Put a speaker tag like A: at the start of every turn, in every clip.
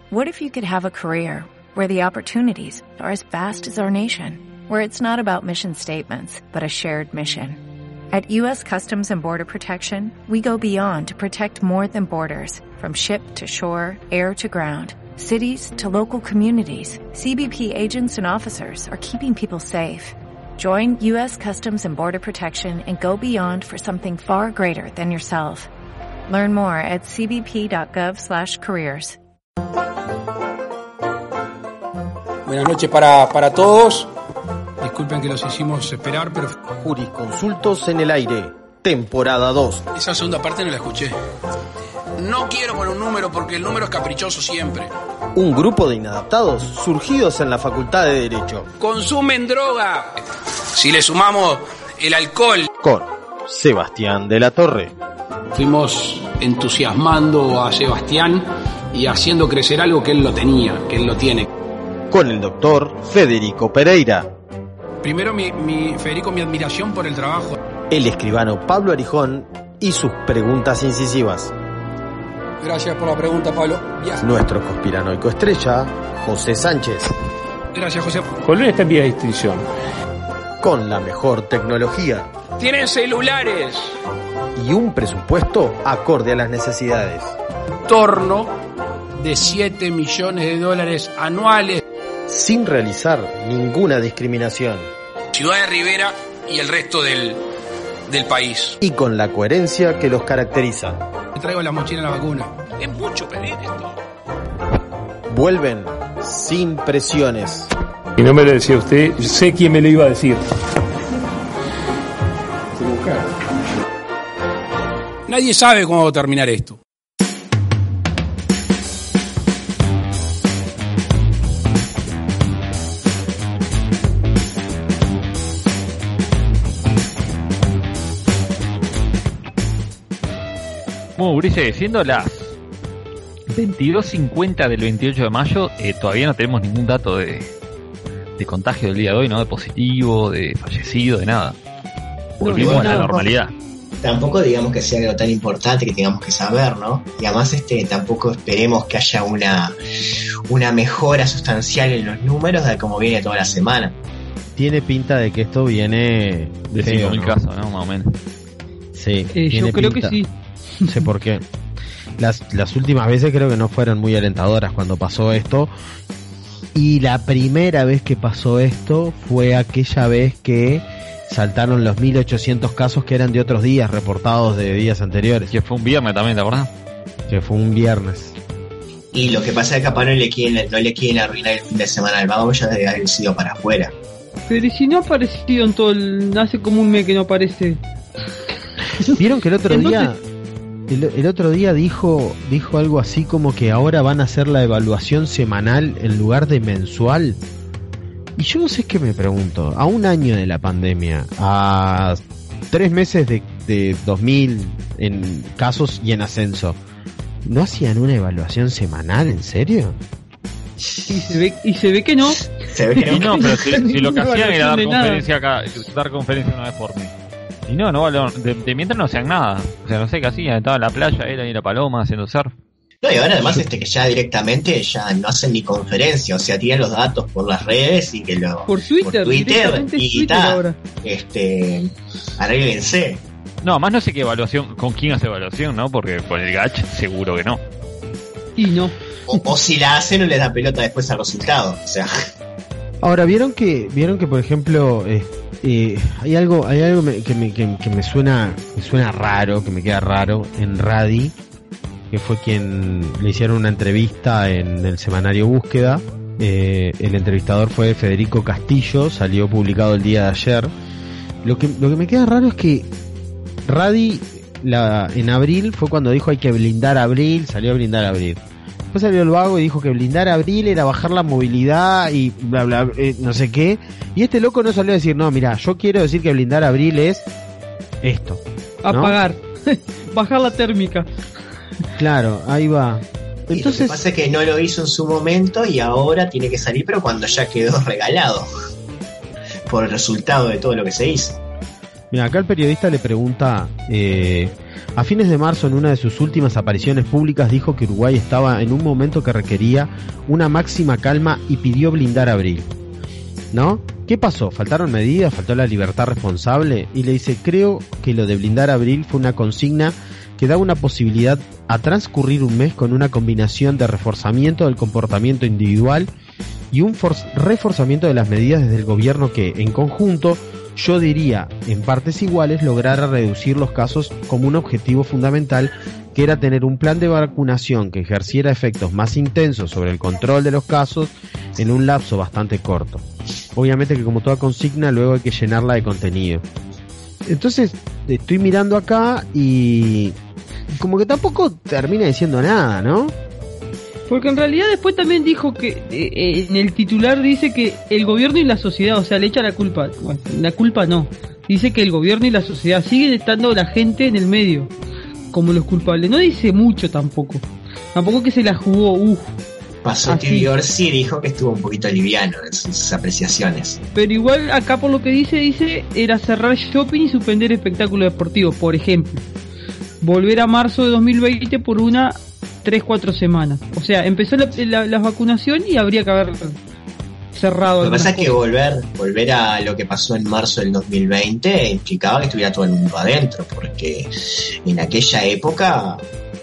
A: What if you could have a career where the opportunities are as vast as our nation, where it's not about mission statements, but a shared mission? At U.S. Customs and Border Protection, we go beyond to protect more than borders, from ship to shore, air to ground, cities to local communities. CBP agents and officers are keeping people safe. Join U.S. Customs and Border Protection and go beyond for something far greater than yourself. Learn more at cbp.gov/careers.
B: Buenas noches para todos. Disculpen que los hicimos esperar, pero...
C: Jurisconsultos en el aire, temporada 2.
B: Esa segunda parte no la escuché. No quiero poner un número porque el número es caprichoso siempre.
C: Un grupo de inadaptados surgidos en la Facultad de Derecho.
B: Consumen droga. Si le sumamos el alcohol.
C: Con Sebastián de la Torre.
B: Fuimos entusiasmando a Sebastián y haciendo crecer algo que él lo tenía, que él lo tiene.
C: Con el doctor Federico Pereira.
B: Primero, Federico, mi admiración por el trabajo.
C: El escribano Pablo Arijón y sus preguntas incisivas.
B: Gracias por la pregunta, Pablo.
C: Nuestro conspiranoico estrella, José Sánchez.
B: Gracias, José.
D: Colón está en vía de extinción.
C: Con la mejor tecnología.
B: ¡Tienen celulares!
C: Y un presupuesto acorde a las necesidades.
B: Torno de $7 millones anuales.
C: Sin realizar ninguna discriminación.
B: Ciudad de Rivera y el resto del país.
C: Y con la coherencia que los caracteriza.
B: Me traigo la mochila de la vacuna. Es mucho pedir esto.
C: Vuelven sin presiones.
D: Y no me lo decía usted, sé quién me lo iba a decir.
B: Nadie sabe cómo va a terminar esto.
E: Bueno, Ulises, siendo las 22:50 del 28 de mayo, todavía no tenemos ningún dato de contagio del día de hoy, ¿no? De positivo, de fallecido, de nada. Volvimos a la normalidad.
F: Tampoco digamos que sea algo tan importante que tengamos que saber, ¿no? Y además tampoco esperemos que haya una mejora sustancial en los números de cómo viene toda la semana.
C: Tiene pinta de que esto viene
E: de 5.000 casos, ¿no? Más o menos.
C: Sí,
G: yo creo que sí.
C: No sé por qué. Las últimas veces creo que no fueron muy alentadoras cuando pasó esto. Y la primera vez que pasó esto fue aquella vez que saltaron los 1.800 casos que eran de otros días, reportados de días anteriores.
E: Que fue un viernes también, ¿te acordás?
C: Que fue un viernes.
F: Y lo que pasa es que capaz no le quieren arruinar el fin de semana al vago, ya debe haber sido para afuera.
G: Pero si no ha aparecido en todo hace como un mes que no aparece.
C: ¿Vieron que el otro día... El otro día dijo algo así como que ahora van a hacer la evaluación semanal en lugar de mensual? Y yo no sé qué me pregunto, a un año de la pandemia, a 3 meses de 2.000 en casos y en ascenso, ¿no hacían una evaluación semanal? ¿En serio?
G: Y se ve que no.
F: Se ve que no.
E: Pero si lo que hacían era dar conferencia una vez por mes. Y no, de mientras no hacían nada. O sea, no sé qué hacían, estaba en la playa, era ir a Paloma haciendo surf.
F: No, y ahora además que ya directamente ya no hacen ni conferencia, o sea, tiran los datos por las redes y que
G: por Twitter
F: y está, arréglense.
E: No, más no sé qué evaluación, con quién hace evaluación, ¿no? Porque con el GACH seguro que no.
G: Y no.
F: O si la hacen no les da pelota después al resultado, o sea.
C: Ahora, ¿vieron que por ejemplo, hay algo que me suena raro, que me queda raro en Radi, que fue quien le hicieron una entrevista en el semanario Búsqueda. El entrevistador fue Federico Castillo, salió publicado el día de ayer. Lo que me queda raro es que Radi en abril fue cuando dijo hay que blindar Abril, salió a blindar Abril. Después salió el vago y dijo que blindar Abril era bajar la movilidad y bla bla, no sé qué. Y este loco no salió a decir, no, mira, yo quiero decir que blindar Abril es esto, ¿no?
G: Apagar, bajar la térmica.
C: Claro, ahí va.
F: Entonces, lo que pasa es que no lo hizo en su momento y ahora tiene que salir, pero cuando ya quedó regalado por el resultado de todo lo que se hizo.
C: Mira, acá el periodista le pregunta, a fines de marzo, en una de sus últimas apariciones públicas, dijo que Uruguay estaba en un momento que requería una máxima calma y pidió blindar a Abril, ¿no? ¿Qué pasó? ¿Faltaron medidas? ¿Faltó la libertad responsable? Y le dice, creo que lo de blindar a Abril fue una consigna que da una posibilidad a transcurrir un mes con una combinación de reforzamiento del comportamiento individual y un reforzamiento de las medidas desde el gobierno que, en conjunto, yo diría, en partes iguales, lograra reducir los casos como un objetivo fundamental, que era tener un plan de vacunación que ejerciera efectos más intensos sobre el control de los casos en un lapso bastante corto. Obviamente que, como toda consigna, luego hay que llenarla de contenido. Entonces, estoy mirando acá y como que tampoco termina diciendo nada, ¿no?
G: Porque en realidad después también dijo que en el titular dice que el gobierno y la sociedad, o sea, le echa la culpa. Bueno, la culpa no. Dice que el gobierno y la sociedad siguen estando la gente en el medio como los culpables. No dice mucho tampoco. Tampoco que se la jugó,
F: Pasó Tibi Orsi, dijo que estuvo un poquito liviano en sus apreciaciones.
G: Pero igual acá por lo que dice era cerrar shopping y suspender espectáculos deportivos, por ejemplo. Volver a marzo de 2020 por 3-4 semanas. O sea, empezó la vacunación y habría que haber cerrado.
F: Lo que pasa es que volver a lo que pasó en marzo del 2020 implicaba que estuviera todo el mundo adentro, porque en aquella época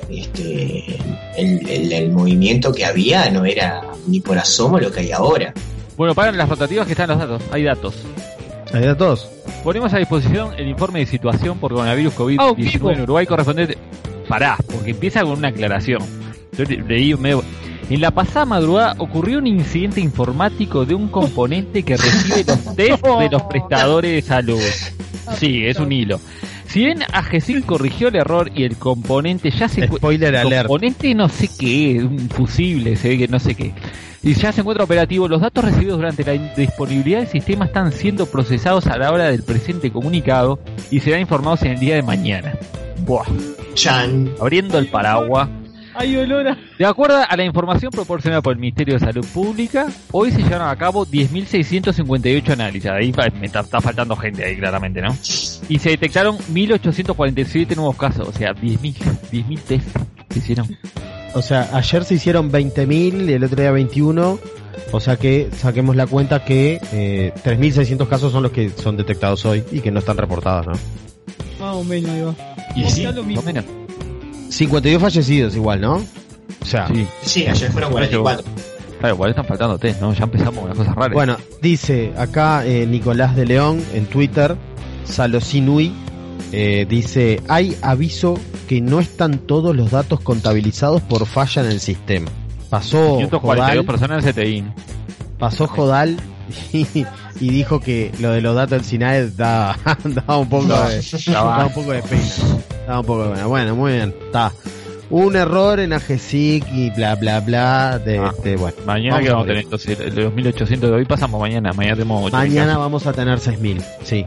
F: el movimiento que había no era ni por asomo lo que hay ahora.
E: Bueno, pagan las rotativas que están los datos. Hay datos.
C: ¿Hay datos?
E: Ponemos a disposición el informe de situación por coronavirus COVID-19 en Uruguay correspondiente. Pará, porque empieza con una aclaración. Yo leí medio... En la pasada madrugada ocurrió un incidente informático de un componente que recibe los test de los prestadores de salud. Sí, es un hilo. Si bien AGESIL corrigió el error y el componente ya se encuentra...
C: Spoiler alert.
E: Componente no sé qué, un fusible, se ve que no sé qué. Y ya se encuentra operativo. Los datos recibidos durante la disponibilidad del sistema están siendo procesados a la hora del presente comunicado y serán informados en el día de mañana. Buah.
F: Chan.
E: Abriendo el paraguas.
G: Hay olor a...
E: De acuerdo a la información proporcionada por el Ministerio de Salud Pública, hoy se llevaron a cabo 10.658 análisis. Ahí me está faltando gente ahí, claramente, ¿no? Y se detectaron 1.847 nuevos casos. O sea, 10.000 test se hicieron.
C: O sea, ayer se hicieron 20.000 y el otro día 21. O sea que saquemos la cuenta que 3.600 casos son los que son detectados hoy y que no están reportados, ¿no?
G: Más o menos, ahí va.
E: Y sí, más o menos.
C: 52 fallecidos igual, ¿no? O sea,
F: sí, ayer fueron 44.
E: Claro, igual están faltando test, ¿no? Ya empezamos con las cosas raras.
C: Bueno, dice acá Nicolás de León en Twitter, Salosinui, dice, hay aviso que no están todos los datos contabilizados por falla en el sistema. Pasó
E: 542 personas en CTI.
C: Pasó Jodal y dijo que lo de los datos del SINAE daba un poco de pena. Daba un poco de pena. Bueno, muy bien, está. Un error en AGESIC y bla bla bla bueno.
E: Mañana que vamos a tener entonces de los 1.800 de hoy pasamos mañana tenemos 8.
C: Mañana vamos a tener 6.000, sí.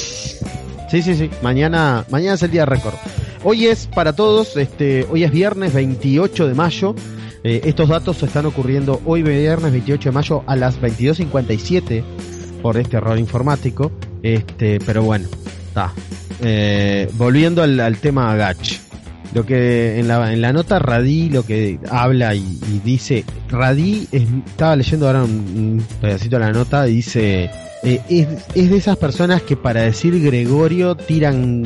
C: Sí. Mañana es el día récord. Hoy es para todos, hoy es viernes 28 de mayo. Estos datos están ocurriendo hoy viernes 28 de mayo a las 22:57 por este error informático. Pero bueno, está. Volviendo al tema Gach. Lo que en la nota Radí lo que habla y dice, Radí estaba leyendo ahora un pedacito de la nota y dice, es de esas personas que para decir Gregorio tiran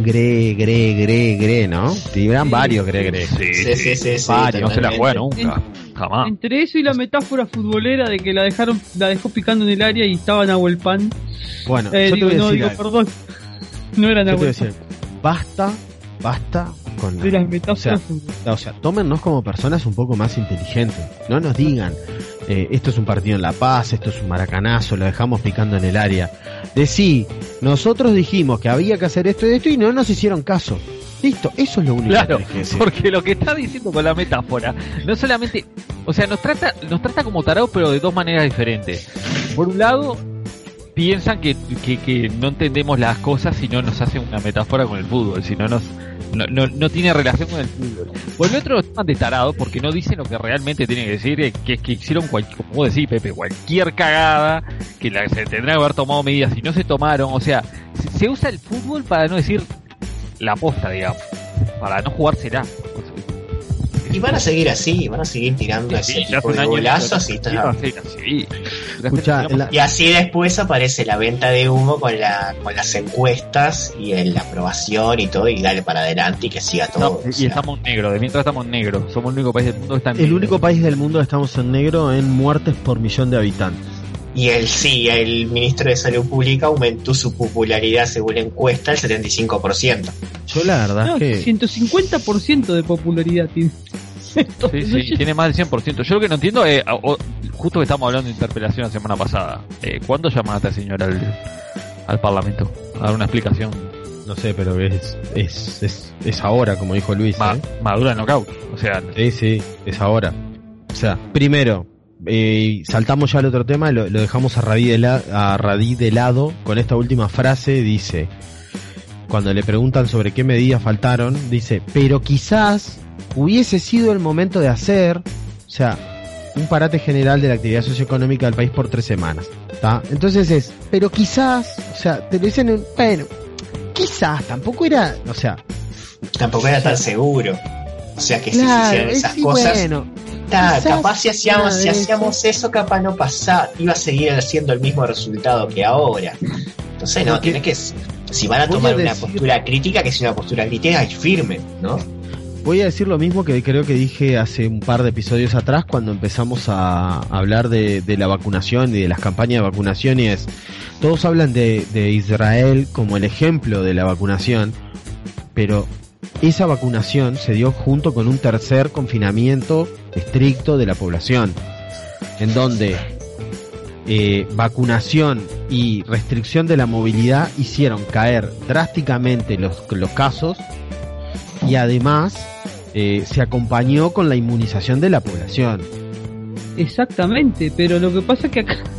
C: gre, ¿no? Tiran varios gre.
F: Sí,
E: varios, no se la juega nunca, jamás.
G: Entre eso y la metáfora futbolera de que la dejó picando en el área y estaba Nahuel Pan.
C: Bueno, yo te voy a decir algo.
G: Perdón, no era Nahuel Pan.
C: Basta con
G: de las metáforas.
C: O sea, tómennos como personas un poco más inteligentes. No nos digan, esto es un partido en La Paz, esto es un maracanazo, lo dejamos picando en el área. Decí, nosotros dijimos que había que hacer esto y esto y no nos hicieron caso. Listo, eso es lo único
E: claro,
C: que hay que decir.
E: Porque lo que está diciendo con la metáfora, no solamente, o sea, nos trata como tarados, pero de dos maneras diferentes. Por un lado, piensan que no entendemos las cosas si no nos hacen una metáfora con el fútbol, si no no tiene relación con el fútbol. Por el otro, están de tarado porque no dicen lo que realmente tienen que decir, que es que hicieron, como vos decís, Pepe, cualquier cagada, que se tendrá que haber tomado medidas y no se tomaron. O sea, se usa el fútbol para no decir la posta, digamos, para no jugársela.
F: Y van a seguir así, van a seguir tirando ese tipo de golazos y así después aparece la venta de humo con las encuestas y la aprobación y todo, y dale para adelante y que siga todo.
E: No, y estamos negros, de mientras estamos negros, somos el único país del mundo que está en negro.
C: El único país del mundo que estamos en negro en muertes por millón de habitantes.
F: Y el ministro de Salud Pública aumentó su popularidad según la encuesta al 75%.
C: Yo la verdad es que
G: 150% de popularidad tiene.
E: Sí, tiene más del 100%. Yo lo que no entiendo es, justo que estamos hablando de interpelación la semana pasada, ¿cuándo llaman a esta señora al Parlamento a dar una explicación?
C: No sé, pero es ahora, como dijo Luis.
E: Madura en knockout, o sea...
C: Sí, es ahora. O sea, primero, saltamos ya al otro tema, lo dejamos a Radí de lado con esta última frase. Dice, cuando le preguntan sobre qué medidas faltaron, dice, pero quizás hubiese sido el momento de hacer, o sea, un parate general de la actividad socioeconómica del país por 3 semanas, ¿está? Entonces pero quizás, o sea, te lo dicen, bueno, quizás, tampoco era, o sea...
F: Tampoco era tan seguro, o sea, que
C: claro,
F: si se hicieran esas cosas... Bueno, capaz si hacíamos eso, capaz no pasaba, iba a seguir haciendo el mismo resultado que ahora. Entonces, no, tiene que... Si van a tomar una postura crítica, que sea una postura crítica y firme, ¿no?
C: Voy a decir lo mismo que creo que dije hace un par de episodios atrás cuando empezamos a hablar de la vacunación y de las campañas de vacunación, y todos hablan de Israel como el ejemplo de la vacunación, pero esa vacunación se dio junto con un tercer confinamiento estricto de la población, en donde vacunación y restricción de la movilidad hicieron caer drásticamente los casos, y además se acompañó con la inmunización de la población.
G: Exactamente, pero lo que pasa es que acá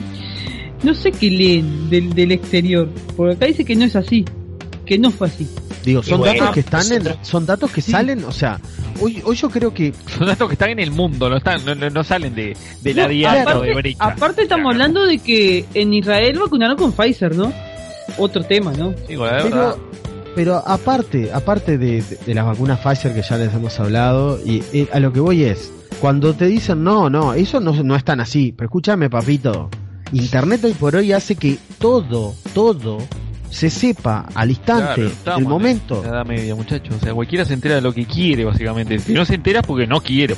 G: no sé qué leen del exterior, porque acá dice que no es así, que no fue así.
C: Digo, son datos que están son datos que salen, o sea, hoy yo creo que
E: son datos que están en el mundo, no salen de la dieta o de brecha.
G: Aparte estamos hablando de que en Israel vacunaron con Pfizer, ¿no? Otro tema, ¿no?
E: Sí, la verdad.
C: Pero aparte de las vacunas Pfizer que ya les hemos hablado, y a lo que voy es, cuando te dicen no, eso no es tan así, pero escúchame, papito, Internet hoy por hoy hace que todo se sepa al instante, el momento.
E: En la edad media, muchachos, o sea, cualquiera se entera de lo que quiere, básicamente. Si no se entera es porque no quiere,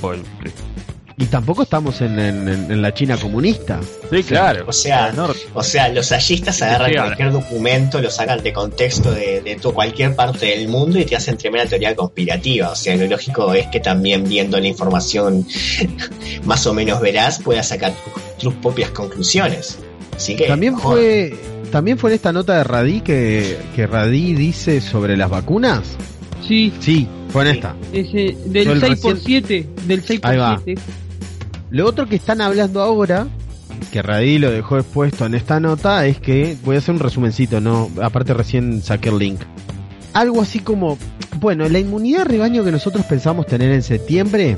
C: y tampoco estamos en la China comunista.
E: Sí, claro.
F: O sea, los hallistas agarran cualquier documento, lo sacan de contexto de cualquier parte del mundo y te hacen tremenda teoría conspirativa. O sea, lo lógico es que también viendo la información más o menos veraz puedas sacar tus propias conclusiones. Así que
C: también fue en esta nota de Radí que Radí dice sobre las vacunas.
G: Sí,
C: fue en esta.
G: Del 6x7, del 6x7.
C: Lo otro que están hablando ahora, que Radí lo dejó expuesto en esta nota, es que, voy a hacer un resumencito, no, aparte recién saqué el link. Algo así como, bueno, la inmunidad de rebaño que nosotros pensamos tener en septiembre,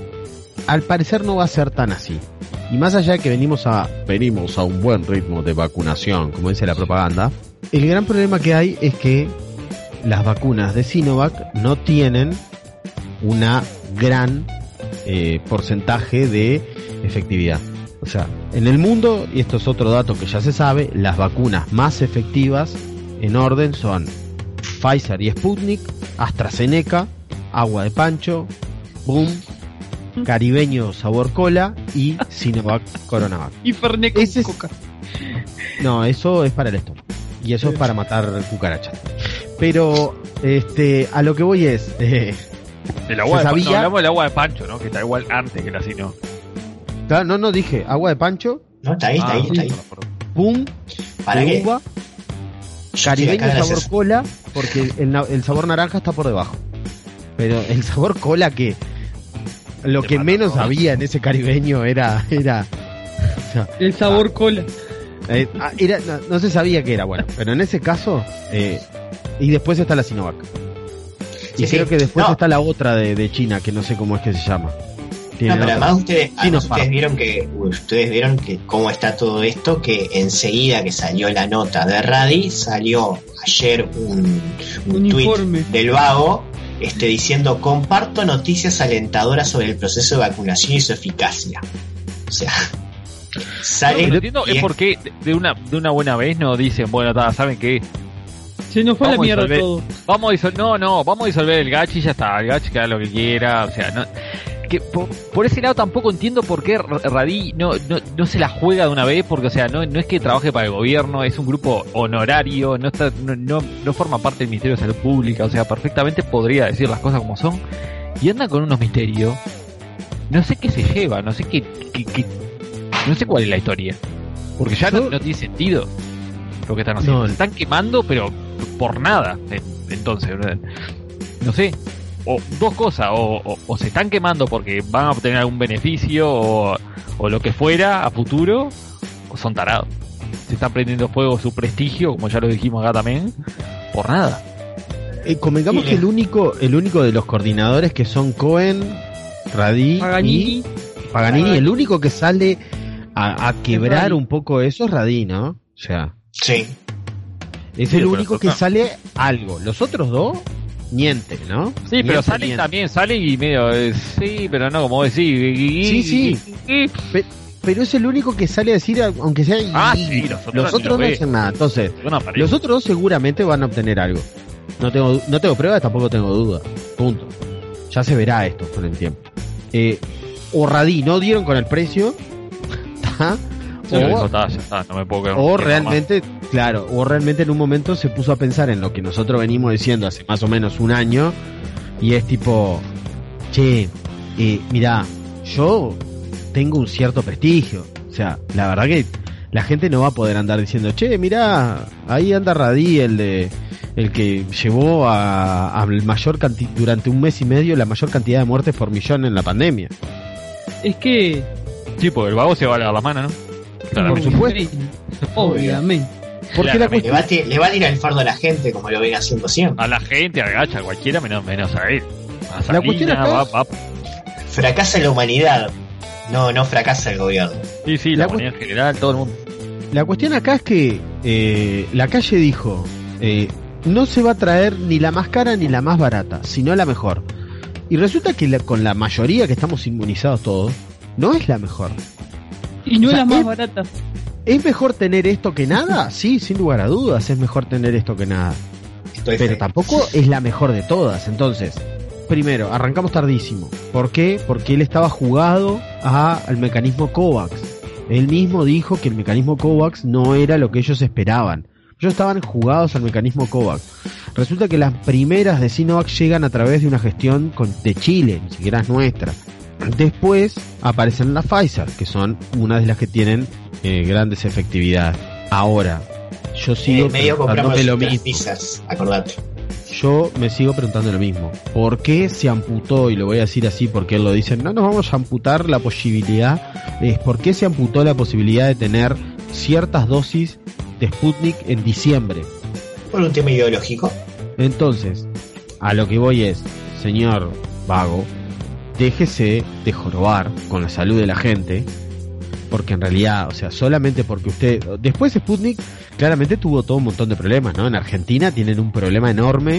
C: al parecer no va a ser tan así. Y más allá de que venimos a un buen ritmo de vacunación, como dice la propaganda, el gran problema que hay es que las vacunas de Sinovac no tienen una gran porcentaje de efectividad. O sea, en el mundo, y esto es otro dato que ya se sabe, las vacunas más efectivas en orden son Pfizer y Sputnik, AstraZeneca, Agua de Pancho, Boom, Caribeño sabor cola y Sinovac Coronavac.
G: Y Fernet con coca.
C: No, eso es para el estómago. Y eso es para matar cucarachas. Pero a lo que voy es
E: el agua hablamos del agua de Pancho, ¿no? Que está igual antes que la Sino.
C: Claro, no dije agua de Pancho.
F: No, está ahí.
C: Boom,
F: ¿para qué?
C: Uva, Caribeño sabor cola, porque el sabor naranja está por debajo. Pero el sabor cola, que lo que menos había en ese caribeño era o sea,
G: el sabor cola.
C: No se sabía qué era, bueno, pero en ese caso y después está la Sinovac. Y creo que después está la otra de China, que no sé cómo es que se llama.
F: No, pero además ustedes vieron que cómo está todo esto, que enseguida que salió la nota de Radi, salió ayer un tuit del Vago diciendo: comparto noticias alentadoras sobre el proceso de vacunación y su eficacia. O sea, sale.
E: No, entiendo es porque de una buena vez no dicen, bueno, ¿saben qué?
G: Se nos fue la mierda todo.
E: Vamos a disolver el gachi y ya está, el gachi que haga lo que quiera, o sea, no, que por ese lado tampoco entiendo por qué Radi no se la juega de una vez, porque o sea, no es que trabaje para el gobierno, es un grupo honorario, no forma parte del Ministerio de Salud Pública, o sea, perfectamente podría decir las cosas como son, y anda con unos misterios, no sé qué se lleva, no sé qué no sé cuál es la historia, porque ya no tiene sentido lo que están haciendo. Se están quemando, pero por nada. Entonces, no sé, o dos cosas, o se están quemando porque van a obtener algún beneficio o lo que fuera a futuro, o son tarados. Se están prendiendo fuego su prestigio, como ya lo dijimos acá también, por nada.
C: Convengamos que el único de los coordinadores que son Cohen, Radi y Paganini, el único que sale a quebrar un poco eso es Radi, ¿no? O sea,
F: sí.
C: Es el único que sale algo. Los otros dos, niente, ¿no?
E: Sí, pero salen también, salen y medio, sí, pero no, como decís.
C: Sí. Pero es el único que sale a decir, aunque sea...
E: sí,
C: los otros no hacen nada. Entonces, los otros dos seguramente van a obtener algo. No tengo pruebas, tampoco tengo duda. Punto. Ya se verá esto con el tiempo. O Radi no dieron con el precio. O realmente en un momento se puso a pensar en lo que nosotros venimos diciendo hace más o menos un año, y es tipo, che, mirá, yo tengo un cierto prestigio, o sea, la verdad que la gente no va a poder andar diciendo, che, mirá, ahí anda Radi, el que llevó al mayor durante un mes y medio la mayor cantidad de muertes por millón en la pandemia.
G: Es que
E: sí, porque el Vago se va a dar la mano, ¿no?
C: Claro, por supuesto.
G: Obviamente.
C: Porque
F: le va a tirar el fardo a la gente, como lo viene haciendo siempre.
E: A la gente, a Gacha, a cualquiera, menos a él.
C: La cuestión acá
F: fracasa la humanidad. No fracasa el gobierno.
E: Sí, la humanidad en general, todo el mundo.
C: La cuestión acá es que la calle dijo, no se va a traer ni la más cara ni la más barata, sino la mejor. Y resulta que con la mayoría que estamos inmunizados todos, no es la mejor.
G: Y no es la más barata.
C: ¿Es mejor tener esto que nada? Sí, sin lugar a dudas, es mejor tener esto que nada. Pero tampoco es la mejor de todas. Entonces, primero, arrancamos tardísimo. ¿Por qué? Porque él estaba jugado al mecanismo COVAX. Él mismo dijo que el mecanismo COVAX no era lo que ellos esperaban. Ellos estaban jugados al mecanismo COVAX. Resulta que las primeras de Sinovac llegan a través de una gestión de Chile, ni siquiera es nuestra. Después aparecen las Pfizer, que son una de las que tienen grandes efectividades. Ahora, yo sigo preguntándome lo mismo.
F: Acordate.
C: Yo me sigo preguntando lo mismo. ¿Por qué se amputó? Y lo voy a decir así porque él lo dice. No nos vamos a amputar la posibilidad. ¿Por qué se amputó la posibilidad de tener ciertas dosis de Sputnik en diciembre?
F: Por un tema ideológico.
C: Entonces, a lo que voy es, señor Vago, déjese de jorobar con la salud de la gente, porque en realidad, o sea, solamente porque usted... Después Sputnik claramente tuvo todo un montón de problemas, ¿no? En Argentina tienen un problema enorme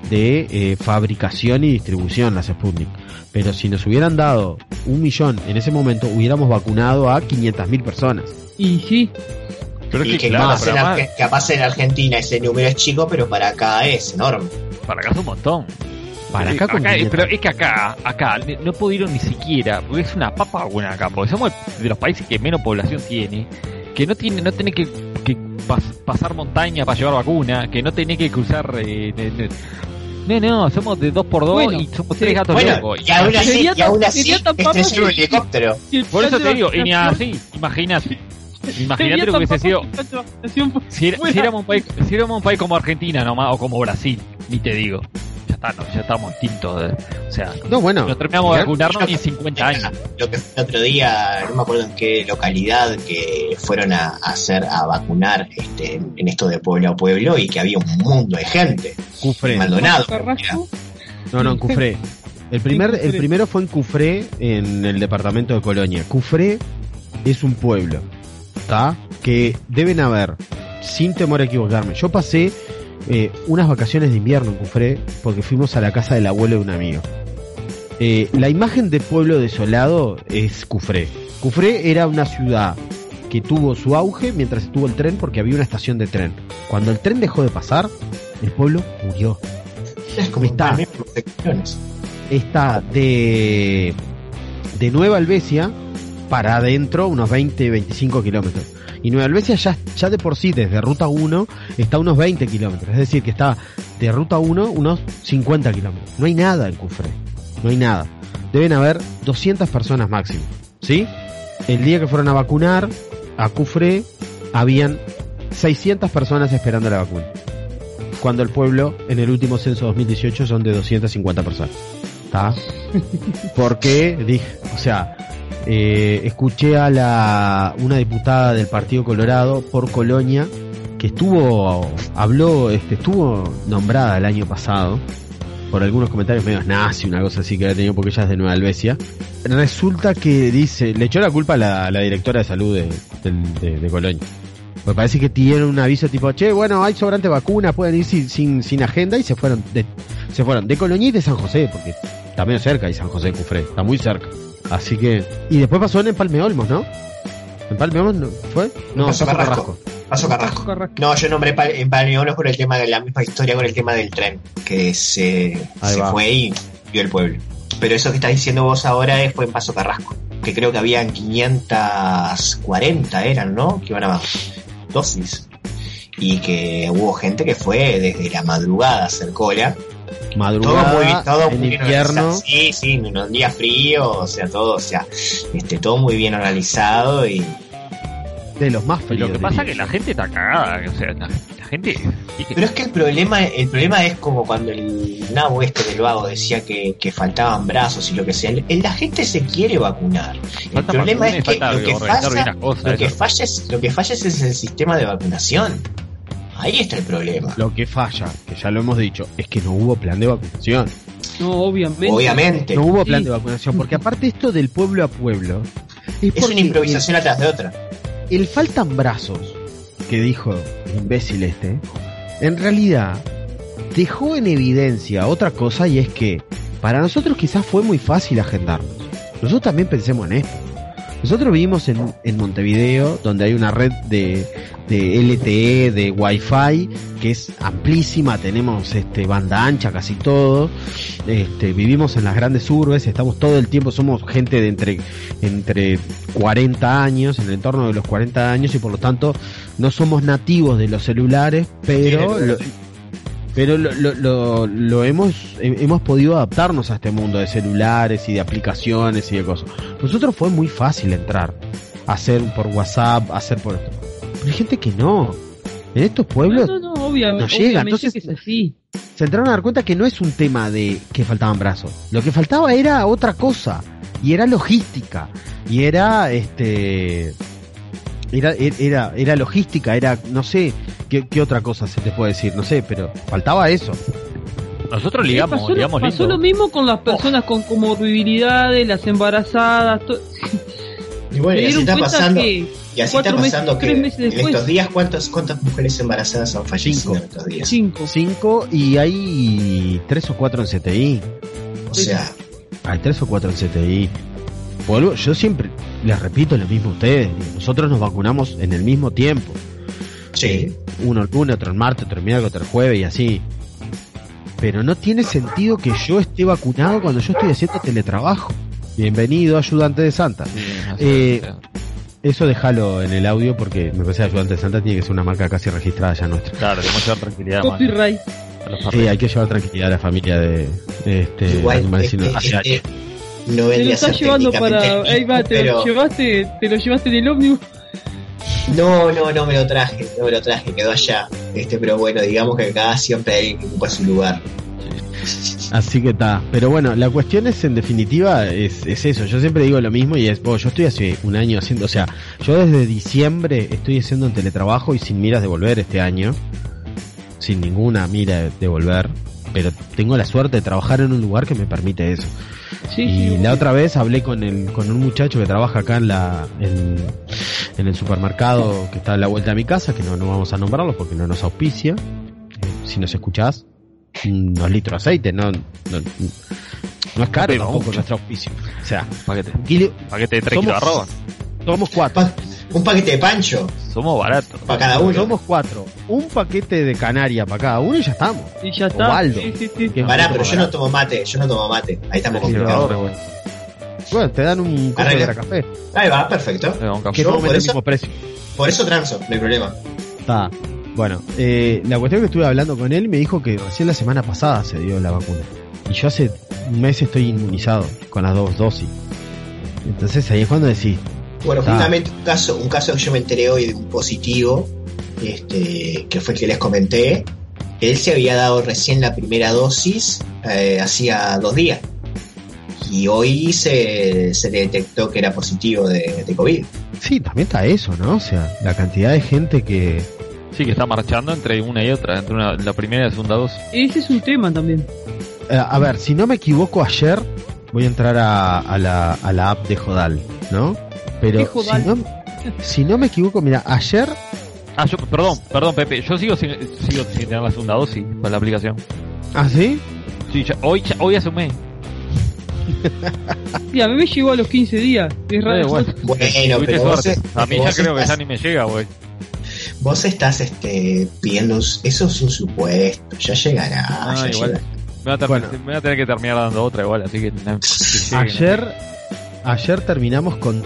C: de fabricación y distribución las Sputnik, pero si nos hubieran dado 1 millón en ese momento, hubiéramos vacunado a 500.000 personas.
G: Y sí.
E: Pero es
F: y que
E: claro,
F: capaz en Argentina ese número es chico, pero para acá es enorme.
E: Para acá es un montón.
C: Para acá,
E: pero es que acá no pudieron ni siquiera, porque es una papa buena acá, porque somos de los países que menos población tiene, que no tenés que pasar montaña para llevar vacuna, que no tenés que cruzar no, somos de 2x2 y somos 3 gatos locos.
F: Y aún así este un helicóptero.
E: Por eso te digo, y ni así, imagínate lo que hubiese sido si éramos un país como Argentina nomás, o como Brasil, ni te digo. Ya estamos extintos, o sea, no terminamos de vacunarnos ni en 50 años.
F: Lo que fue el otro día, no me acuerdo en qué localidad, que fueron a vacunar en esto de pueblo a pueblo, y que había un mundo de gente.
C: Cufré.
F: Maldonado.
C: No, en Cufré. El primero fue en Cufré, en el departamento de Colonia. Cufré es un pueblo, ¿está? Que deben haber, sin temor a equivocarme, yo pasé unas vacaciones de invierno en Cufré porque fuimos a la casa del abuelo de un amigo. La imagen de pueblo desolado es Cufré. Cufré era una ciudad que tuvo su auge mientras estuvo el tren porque había una estación de tren. Cuando el tren dejó de pasar, el pueblo murió.
F: Es como
C: está de Nueva Albesia para adentro unos 20-25 kilómetros. Y Nueva Albesia ya de por sí, desde Ruta 1, está a unos 20 kilómetros. Es decir, que está de Ruta 1 unos 50 kilómetros. No hay nada en Cufré. No hay nada. Deben haber 200 personas máximo. ¿Sí? El día que fueron a vacunar a Cufré, habían 600 personas esperando la vacuna. Cuando el pueblo, en el último censo 2018, son de 250 personas. ¿Está? Porque, dije, o sea, escuché a una diputada del Partido Colorado por Colonia que estuvo nombrada el año pasado por algunos comentarios medios nazi, una cosa así que había tenido porque ella es de Nueva Albesia. Resulta que dice, le echó la culpa a la directora de salud de Colonia. Me parece que tienen un aviso tipo, che, bueno, hay sobrante vacunas, pueden ir sin agenda, y se fueron de Colonia y de San José, porque está medio cerca y San José de Cufré, está muy cerca. Así que, y después pasó en Empalme Olmos, ¿no? ¿Empalme Olmos no fue? No,
F: Paso Carrasco. No, yo nombré Empalme Olmos por el tema de la misma historia con el tema del tren, que se fue y vio el pueblo. Pero eso que estás diciendo vos ahora fue en Paso Carrasco, que creo que habían 540 eran, ¿no? Que iban a dosis. Y que hubo gente que fue desde la madrugada a hacer cola. Todo muy invierno. Sí, en unos días fríos, todo muy bien organizado y
C: de los más fríos.
E: Lo que pasa es que la gente está cagada, o sea, la gente.
F: Pero es que el problema es como cuando el nabo del vago decía que faltaban brazos y lo que sea. La gente se quiere vacunar. El problema es que lo que falla es el sistema de vacunación. Ahí está el problema.
C: Lo que falla, que ya lo hemos dicho, es que no hubo plan de vacunación.
G: No, obviamente.
C: No hubo plan de vacunación, porque aparte esto del pueblo a pueblo
F: es una improvisación atrás de otra.
C: El faltan brazos que dijo el imbécil en realidad dejó en evidencia otra cosa, y es que para nosotros quizás fue muy fácil agendarnos. Nosotros también pensemos en esto. Nosotros vivimos en Montevideo, donde hay una red de LTE, de Wi-Fi, que es amplísima, tenemos banda ancha casi todo, vivimos en las grandes urbes, estamos todo el tiempo, somos gente de entre 40 años, en el entorno de los 40 años, y por lo tanto no somos nativos de los celulares, pero hemos podido adaptarnos a este mundo de celulares y de aplicaciones y de cosas. Nosotros fue muy fácil entrar, hacer por WhatsApp, hacer por esto. Pero hay gente que no. En estos pueblos
G: obviamente,
C: no llega. Entonces
G: que es así.
C: Se entraron a dar cuenta que no es un tema de que faltaban brazos. Lo que faltaba era otra cosa, y era logística, y era era logística, era, no sé, ¿qué otra cosa se te puede decir? No sé, pero faltaba eso.
E: Nosotros ligamos
G: pasó lo mismo con las personas con comorbilidades, las embarazadas.
F: Y bueno, y así está pasando. Que en estos días, ¿cuántas mujeres embarazadas han fallecido en estos días?
C: 5, y hay 3 o 4 en CTI.
F: O sea,
C: hay 3 o 4 en CTI. Yo siempre les repito lo mismo a ustedes. Nosotros nos vacunamos en el mismo tiempo.
F: Sí.
C: Uno el lunes, otro el martes, otro el miércoles, otro el jueves y así. Pero no tiene sentido que yo esté vacunado cuando yo estoy haciendo teletrabajo. Bienvenido, ayudante de Santa. Eso déjalo en el audio, porque me parece que ayudante de Santa tiene que ser una marca casi registrada ya nuestra.
E: Claro, tenemos que llevar tranquilidad.
G: Copyright.
C: Sí, hay que llevar tranquilidad a la familia de animales.
F: No
G: te lo estás llevando para... Ahí va, te lo llevaste en el ómnibus.
F: No me lo traje, quedó allá. Pero bueno, digamos que acá siempre hay alguien que ocupa su lugar.
C: Así que está. Pero bueno, la cuestión es, en definitiva, es eso. Yo siempre digo lo mismo, y es, yo estoy hace un año haciendo, o sea, yo desde diciembre estoy haciendo un teletrabajo y sin miras de volver este año. Sin ninguna mira de volver. pero tengo la suerte de trabajar en un lugar que me permite eso.
G: Sí,
C: Y
G: sí,
C: la otra vez hablé con un muchacho que trabaja acá en el supermercado que está a la vuelta de mi casa, que no vamos a nombrarlo porque no nos auspicia. Si nos escuchás, unos litros de aceite, no es caro
E: Pero
C: tampoco
E: mucho.
C: nuestro auspicio. O sea,
E: Paquete
C: paquete
E: de 3 kilos de arroz.
C: Somos 4.
F: Un paquete de pancho
E: Somos baratos.
F: para cada uno.
C: Somos 4. Un paquete de canaria para cada uno y ya estamos.
G: Y ya está.
C: Osvaldo.
G: Sí.
C: Que es
F: Pará,
C: un
F: pero
C: poco
F: yo no
C: barato.
F: tomo mate. Ahí estamos
E: Sí,
F: complicados.
E: ahora, bueno.
C: Bueno, te dan un copo
F: Arregla.
C: de café.
F: Ahí va, perfecto.
E: Un café.
C: Que
F: Yo
C: no
F: por
C: el
F: eso-
C: mismo precio.
F: Por eso transo, no hay problema.
C: Está. Bueno, la cuestión es que estuve hablando con él y me dijo que recién la semana pasada se dio la vacuna. Y yo hace un mes estoy inmunizado con las 2 dosis. Entonces ahí es cuando decís,
F: Bueno,
C: Está.
F: justamente un caso que yo me enteré hoy de un positivo, que fue el que les comenté. Él se había dado recién la primera dosis hacía 2 días. Y hoy se le detectó que era positivo de COVID.
C: sí, también está eso, ¿no? O sea, la cantidad de gente que...
E: Sí, que está marchando entre una y otra, entre la primera y la segunda dosis.
G: Ese es un tema también.
C: A ver, si no me equivoco, ayer voy a entrar a la app de Jodal, ¿no? Pero
G: ¿Qué Jodal?
C: si no me equivoco, mira, ayer...
E: Perdón, Pepe, yo sigo sin tener la segunda dosis con la aplicación.
C: ¿Ah, sí?
E: Sí, hoy hace un mes.
G: Sí, a mí me llegó a los 15 días. Es raro.
E: Bueno.
F: Bueno,
E: Tuviste
F: pero vos,
E: suerte. A mí ya
F: vos
E: creo que
F: estás-
E: ya ni me llega, güey.
F: vos estás pidiendo... Eso es un supuesto. Ya llegará. ya
E: Igual.
F: llegará.
E: Me voy a tener que terminar dando otra igual, así que...
C: Ayer terminamos con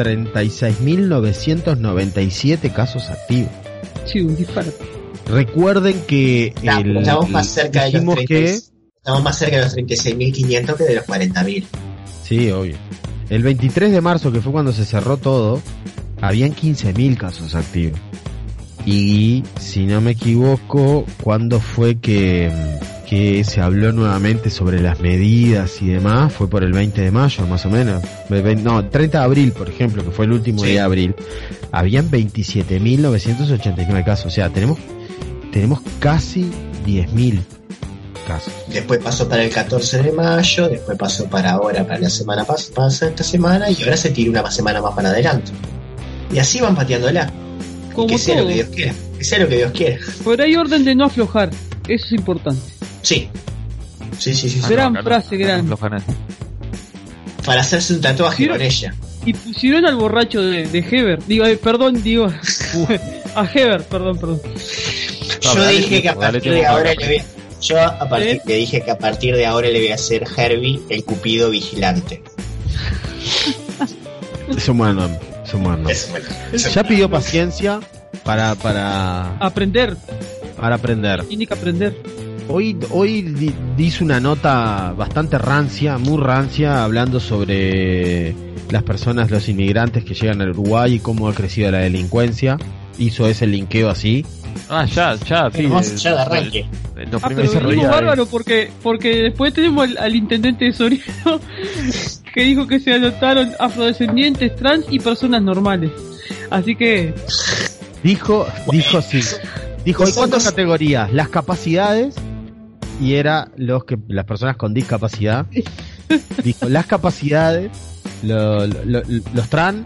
C: 36.997 casos activos.
G: Sí, un disparate.
C: Recuerden que
F: Estamos más cerca de los
C: dijimos
F: 30, estamos más cerca de los 36.500 que de los 40.000.
C: Sí, obvio. El 23 de marzo, que fue cuando se cerró todo, habían 15.000 casos activos. Y si no me equivoco, ¿cuándo fue que se habló nuevamente sobre las medidas y demás? Fue por el 20 de mayo, más o menos. No, 30 de abril, por ejemplo, que fue el último
F: Sí.
C: día de abril. Habían 27.989 casos. O sea, tenemos casi 10.000 casos.
F: Después pasó para el 14 de mayo, después pasó para ahora, para la semana pasada, esta semana, y ahora se tira una semana más para adelante. Y así van pateándola. Y
G: Como
F: que sea lo
G: todo.
F: que Dios quiera. Que sea lo que Dios quiera.
G: Pero hay orden de no aflojar. Eso es importante.
F: Sí. Sí.
G: Gran frase, gran.
F: Para hacerse un tatuaje
G: Quiero-
F: con ella.
G: Y pusieron al borracho de Heber. Digo, a Heber, perdón.
F: Yo dije que a
E: dale
F: partir
E: tiempo
F: de
E: para
F: ahora
E: acá.
F: le dije que a partir de ahora le voy a hacer Herbie el cupido vigilante.
C: Es un buen nombre. Es un buen nombre.
F: Eso, bueno.
C: Ya pidió paciencia para
G: Aprender.
C: aprender.
G: Tiene que aprender.
C: Hoy dice una nota bastante rancia, muy rancia, hablando sobre las personas, los inmigrantes que llegan al Uruguay y cómo ha crecido la delincuencia. Hizo ese linkeo así.
E: Ya, sí.
F: Vamos ya de arranque.
E: Los
G: Pero
E: primeros
G: venimos
E: días,
G: bárbaro porque después tenemos al intendente de Soriano que dijo que se anotaron afrodescendientes, trans y personas normales. Así que
C: Dijo sí. Dijo, hay
F: Son
C: 4
F: cosas-
C: categorías, las capacidades, y era las personas con discapacidad. Dijo, las capacidades, los trans,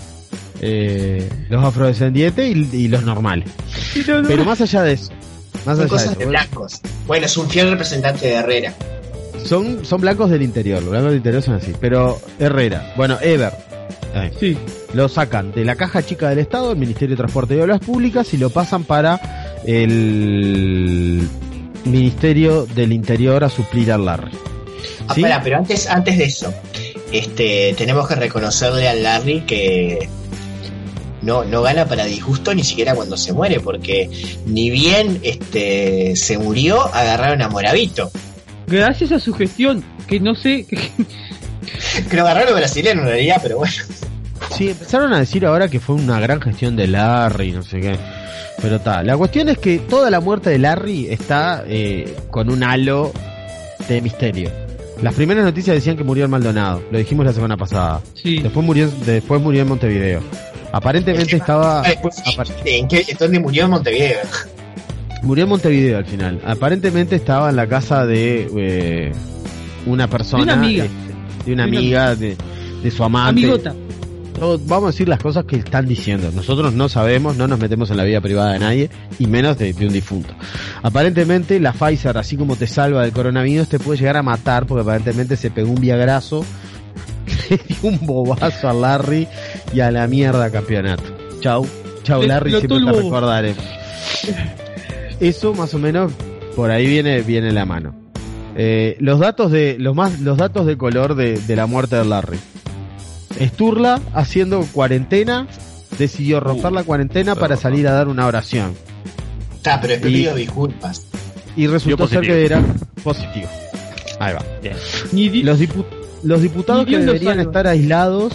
C: los afrodescendientes y los normales. Pero más allá de eso,
F: Son cosas de blancos. Bueno, es un fiel representante de Herrera.
C: son blancos del interior, los blancos del interior son así. Pero Herrera, bueno, Ever,
G: sí.
C: lo sacan de la caja chica del Estado, el Ministerio de Transporte y Obras Públicas, y lo pasan para el Ministerio del Interior a suplir al Larry. ¿Sí?
F: Pará, pero antes de eso, tenemos que reconocerle al Larry que no gana para disgusto ni siquiera cuando se muere, porque ni bien se murió, agarraron a Moravito.
G: Gracias a su gestión, que no sé,
F: Que lo agarraron brasileño en realidad, pero bueno.
C: Sí, empezaron a decir ahora que fue una gran gestión de Larry, no sé qué. Pero está. La cuestión es que toda la muerte de Larry está con un halo de misterio. Las primeras noticias decían que murió en Maldonado, lo dijimos la semana pasada.
G: sí.
C: Después murió en Montevideo. Aparentemente estaba...
F: ¿Dónde murió en Montevideo?
C: Murió en Montevideo al final. Aparentemente estaba en la casa de una persona, de una amiga, de su amante.
G: Amigota.
C: Vamos a decir las cosas que están diciendo. Nosotros no sabemos, no nos metemos en la vida privada de nadie, y menos de un difunto. Aparentemente la Pfizer, así como te salva del coronavirus, te puede llegar a matar, porque aparentemente se pegó un viagrazo, le dio un bobazo a Larry y a la mierda campeonato. Chau Larry, siempre te recordaremos. Eso más o menos por ahí viene la mano. Los datos de color de la muerte de Larry. Sturla, haciendo cuarentena, decidió romper la cuarentena para salir a dar una oración.
F: Pero es que pido disculpas.
C: Y resultó ser que era positivo. Ahí va. Los diputados que deberían estar aislados,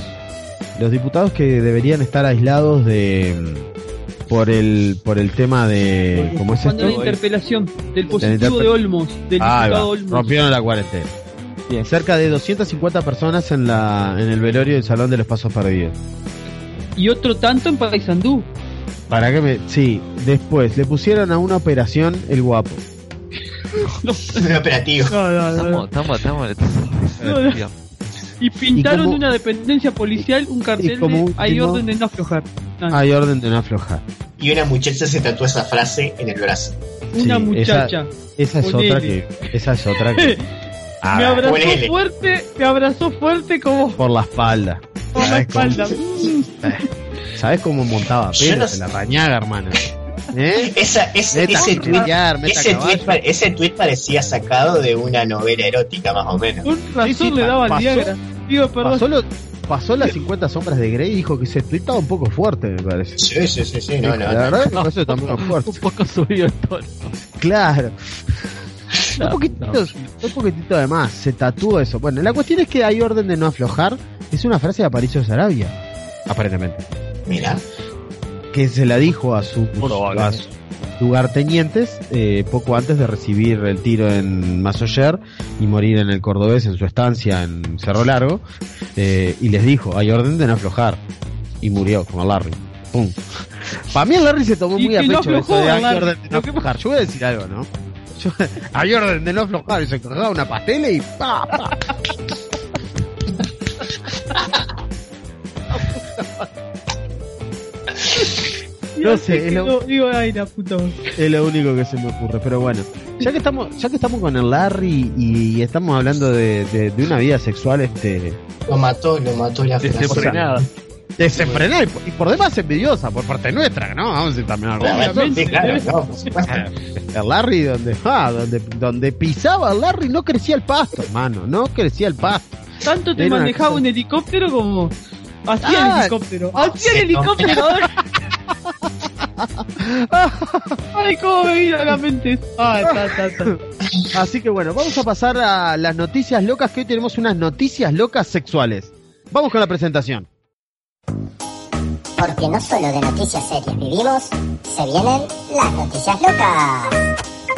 C: de por el tema de ¿cómo es esto?
G: La interpelación del positivo de Olmos, del diputado Olmos.
C: Rompieron la cuarentena. Bien. Cerca de 250 personas en el velorio del Salón de los Pasos Perdidos.
G: Y otro tanto en Paysandú.
C: Sí, después le pusieron a una operación el guapo.
F: Un operativo.
E: Estamos.
G: Y pintaron de una dependencia policial un cartel de hay orden de no aflojar.
C: Hay orden de no aflojar.
F: Y una muchacha se tatuó esa frase en el brazo.
G: Una muchacha.
C: Esa es otra que
G: me abrazó fuerte como
C: por la espalda.
G: Por la espalda.
C: ¿Sabes cómo montaba pelo? Se la rañaga, hermano.
F: Ese tweet parecía sacado de una novela erótica, más o menos.
G: Un razón le daba al Viagra.
C: Pasó las 50 sombras de Grey y dijo que ese tweet estaba un poco fuerte, me parece.
F: Sí. No.
C: La verdad que eso está muy fuerte.
E: Un poco subido el tono.
C: Claro. Un poquitito de más, se tatuó eso. Bueno, la cuestión es que hay orden de no aflojar. Es una frase de Aparicio Saravia, aparentemente.
F: Mira.
C: Que se la dijo a sus lugartenientes poco antes de recibir el tiro en Masoyer y morir en el Cordobés en su estancia en Cerro Largo. Y les dijo, hay orden de no aflojar. Y murió, como Larry. ¡Pum! Para mí el Larry se tomó muy a pecho eso de hay orden de no aflojar. Yo voy a decir algo, ¿no? Hay orden de no aflojar, y se cargaba una pastela y ¡pa! No sé, es lo único que se me ocurre, pero bueno, ya que estamos con el Larry y estamos hablando de una vida sexual,
F: lo mató la
E: desenfrenada.
C: Desenfrenada y por demás envidiosa por parte nuestra, ¿no? Vamos a decir también algo. El Larry donde pisaba el Larry no crecía el pasto, hermano, no crecía el pasto.
G: Tanto te manejaba un helicóptero como hacía el helicóptero. Ay, cómo me vino a la mente.
C: Así que bueno, vamos a pasar a las noticias locas, que hoy tenemos unas noticias locas sexuales. Vamos con la presentación.
H: Porque no solo de noticias serias vivimos, se vienen las noticias locas.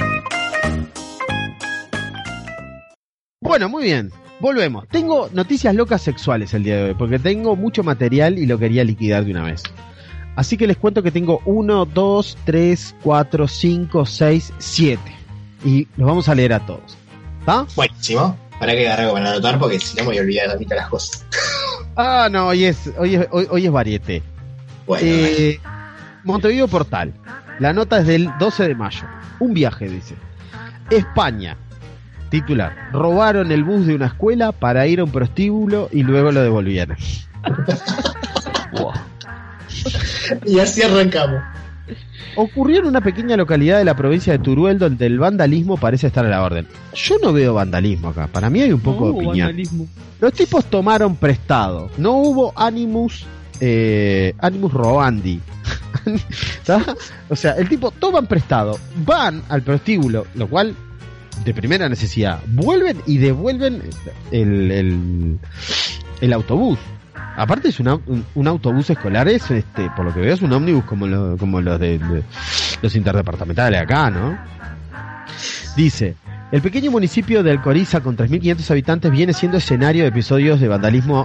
C: Bueno, muy bien. Volvemos. Tengo noticias locas sexuales el día de hoy, porque tengo mucho material y lo quería liquidar de una vez. Así que les cuento que tengo 1, 2, 3, 4, 5, 6, 7. Y los vamos a leer a todos. ¿Está?
F: Buenísimo. Para que agarre para anotar, porque si no me voy a olvidar de mitad las cosas.
C: No, hoy es varieté.
F: Bueno,
C: Montevideo Portal. La nota es del 12 de mayo. Un viaje, dice. España. Titular: robaron el bus de una escuela para ir a un prostíbulo y luego lo devolvieron.
E: Wow.
F: Y así arrancamos.
C: Ocurrió en una pequeña localidad de la provincia de Teruel, donde el vandalismo parece estar a la orden. Yo no veo vandalismo acá. Para mí hay un poco de opinión. Vandalismo. Los tipos tomaron prestado. No hubo Animus Robandi. O sea, el tipo toman prestado, van al prostíbulo, lo cual de primera necesidad, vuelven y devuelven el autobús. Aparte es un autobús escolar, es por lo que veo es un ómnibus como los de los interdepartamentales acá, ¿no? Dice: el pequeño municipio de Alcoriza, con 3.500 habitantes, viene siendo escenario de episodios de vandalismo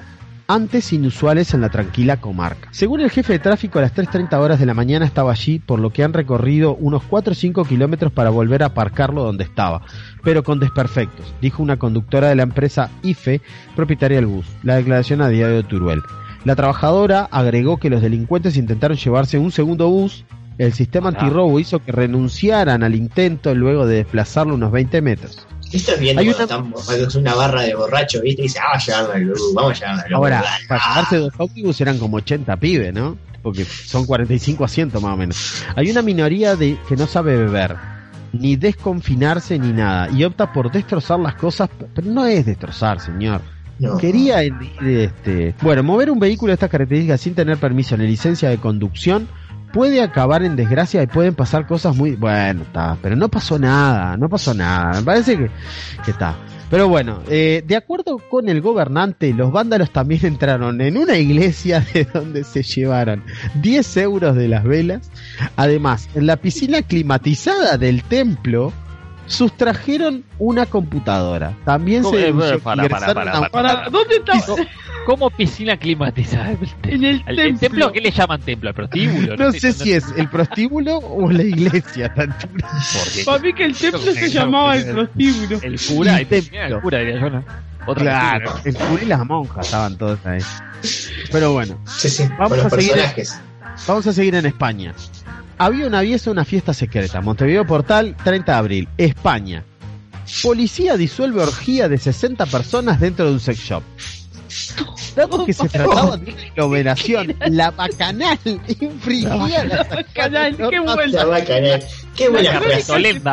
C: antes inusuales en la tranquila comarca. Según el jefe de tráfico, a las 3:30 horas de la mañana estaba allí, por lo que han recorrido unos 4 o 5 kilómetros para volver a aparcarlo donde estaba, pero con desperfectos, dijo una conductora de la empresa IFE, propietaria del bus. La declaración a Diario de Teruel. La trabajadora agregó que los delincuentes intentaron llevarse un segundo bus. El sistema antirrobo hizo que renunciaran al intento luego de desplazarlo unos 20 metros.
F: Esto es viendo cuando una barra de borrachos, ¿viste? Y dice, vamos a llevarlo.
C: Ahora, para llevarse 2 ómnibus eran como 80 pibes, ¿no? Porque son 45 asientos más o menos. Hay una minoría que no sabe beber, ni desconfinarse ni nada, y opta por destrozar las cosas, pero no es destrozar, señor. No. Quería mover un vehículo de estas características sin tener permiso ni licencia de conducción puede acabar en desgracia y pueden pasar cosas muy... Bueno, está, pero no pasó nada. Me parece que está. Pero bueno, de acuerdo con el gobernante, los vándalos también entraron en una iglesia de donde se llevaron 10 euros de las velas. Además, en la piscina climatizada del templo sustrajeron una computadora. También se
G: para ¿dónde está?
E: ¿Cómo piscina climatizada?
G: En el
E: templo. ¿Qué le llaman templo? ¿El prostíbulo?
C: No sé si es el prostíbulo o la iglesia.
G: Para mí que el templo se llamaba el prostíbulo.
E: El cura,
C: el
E: cura diría yo, ¿no?
C: Claro, el cura y las monjas estaban todos ahí. Pero bueno,
F: sí,
C: vamos a seguir en España. Había una fiesta secreta. Montevideo Portal, 30 de abril. España. Policía disuelve orgía de 60 personas dentro de un sex shop. Dado que se trataba de una aglomeración, la Bacanal infringía la
G: Bacanal, qué buena.
F: La Bacanal, qué buena frase.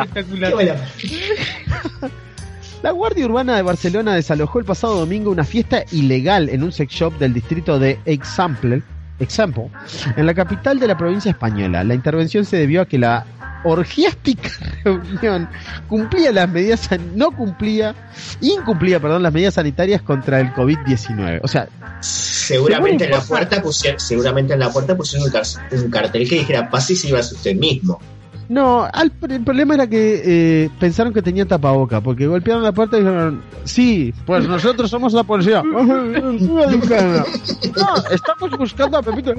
C: La Guardia Urbana de Barcelona desalojó el pasado domingo una fiesta ilegal en un sex shop del distrito de Example, en la capital de la provincia española. La intervención se debió a que la orgiástica reunión incumplía las medidas las medidas sanitarias contra el COVID-19. O sea,
F: seguramente en la puerta pusieron un cartel que dijera pase y se iba a usted mismo.
C: No, el problema era que pensaron que tenían tapaboca, porque golpearon la puerta y dijeron, sí, pues nosotros somos la policía. No, estamos buscando a Pepito.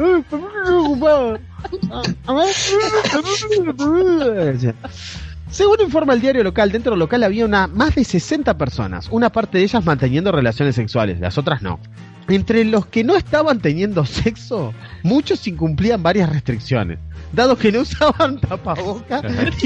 C: Según informa el diario local, dentro del local había más de 60 personas, una parte de ellas manteniendo relaciones sexuales, las otras no. Entre los que no estaban teniendo sexo, muchos incumplían varias restricciones, dado que no usaban tapabocas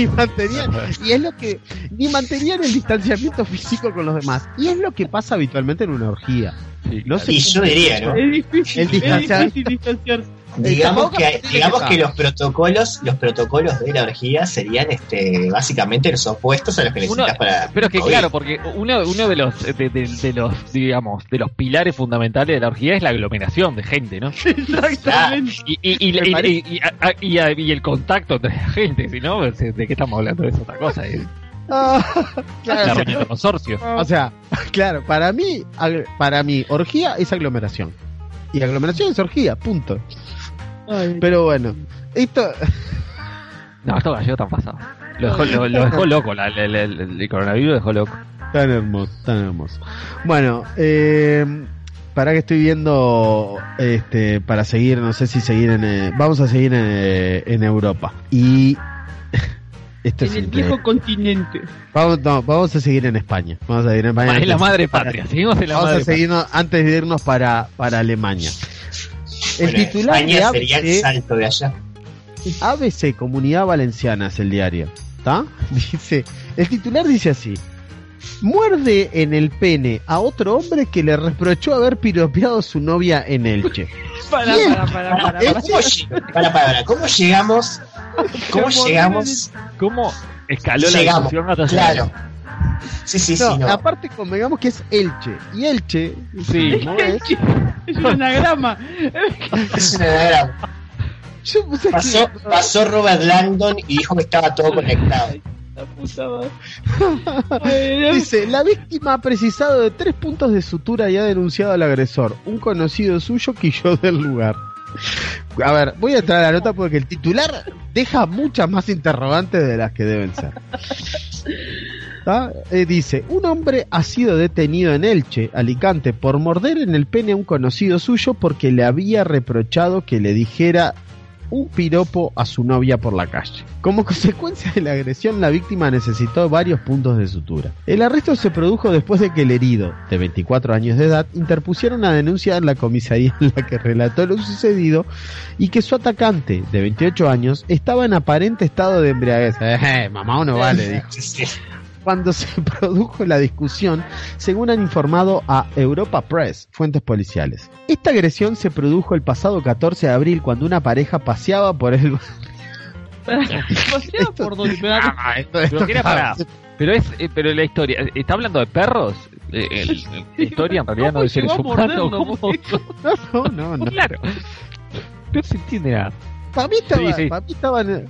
C: ni mantenían el distanciamiento físico con los demás. Y es lo que pasa habitualmente en una orgía.
F: Sí, no sé, y yo diría, ¿no?
G: Es difícil distanciarse.
F: Digamos que los protocolos de la orgía serían básicamente los opuestos a los que necesitas para.
E: Pero que COVID. Claro, porque uno de los digamos de los pilares fundamentales de la orgía es la aglomeración de gente, ¿no?
G: Exactamente.
E: Y el contacto entre la gente, si no, ¿de qué estamos hablando? Es otra cosa.
C: Claro,
E: la reunión de consorcio.
C: O sea, claro, para mí orgía es aglomeración. Y aglomeración es orgía, punto. Ay. Pero bueno, esto...
E: No, estos gallegos están pasados. Lo dejó loco, el coronavirus lo dejó loco.
C: Tan hermoso. Bueno, para que estoy viendo, para seguir, no sé si seguir vamos a seguir en Europa. Y... Esto
G: en el viejo continente.
C: Vamos a seguir en España.
E: Es la madre patria. Seguimos en la
C: vamos
E: madre
C: a seguirnos antes de irnos para Alemania. El titular
F: España
C: de
F: sería el salto de allá.
C: ABC, Comunidad Valenciana, es el diario. ¿Está? El titular dice así: muerde en el pene a otro hombre que le reprochó haber piropeado a su novia en Elche.
G: Para.
F: ¿Cómo llegamos?
E: ¿Cómo escaló la discusión?
F: Claro. Sí, no.
C: Aparte convengamos que es Elche. Y Elche,
E: sí,
G: ¿no es? Es un anagrama.
F: Es un anagrama. Pasó Robert Langdon y dijo que estaba todo conectado.
G: La puta madre.
C: Dice: la víctima ha precisado de 3 puntos de sutura y ha denunciado al agresor, un conocido suyo que huyó del lugar. A ver, voy a entrar a la nota porque el titular deja muchas más interrogantes de las que deben ser. Dice, un hombre ha sido detenido en Elche, Alicante, por morder en el pene a un conocido suyo porque le había reprochado que le dijera un piropo a su novia por la calle. Como consecuencia de la agresión, la víctima necesitó varios puntos de sutura. El arresto se produjo después de que el herido, de 24 años de edad, interpusiera una denuncia en la comisaría en la que relató lo sucedido y que su atacante, de 28 años, estaba en aparente estado de embriaguez. Mamá, no vale, dijo. Cuando se produjo la discusión, según han informado a Europa Press, fuentes policiales. Esta agresión se produjo el pasado 14 de abril cuando una pareja paseaba por el...
G: ¿Paseaba por donde?
E: Pero la historia, ¿está hablando de perros? La historia en realidad no de seres humanos.
C: No.
E: Claro. No se entiende nada.
C: Para mí estaba en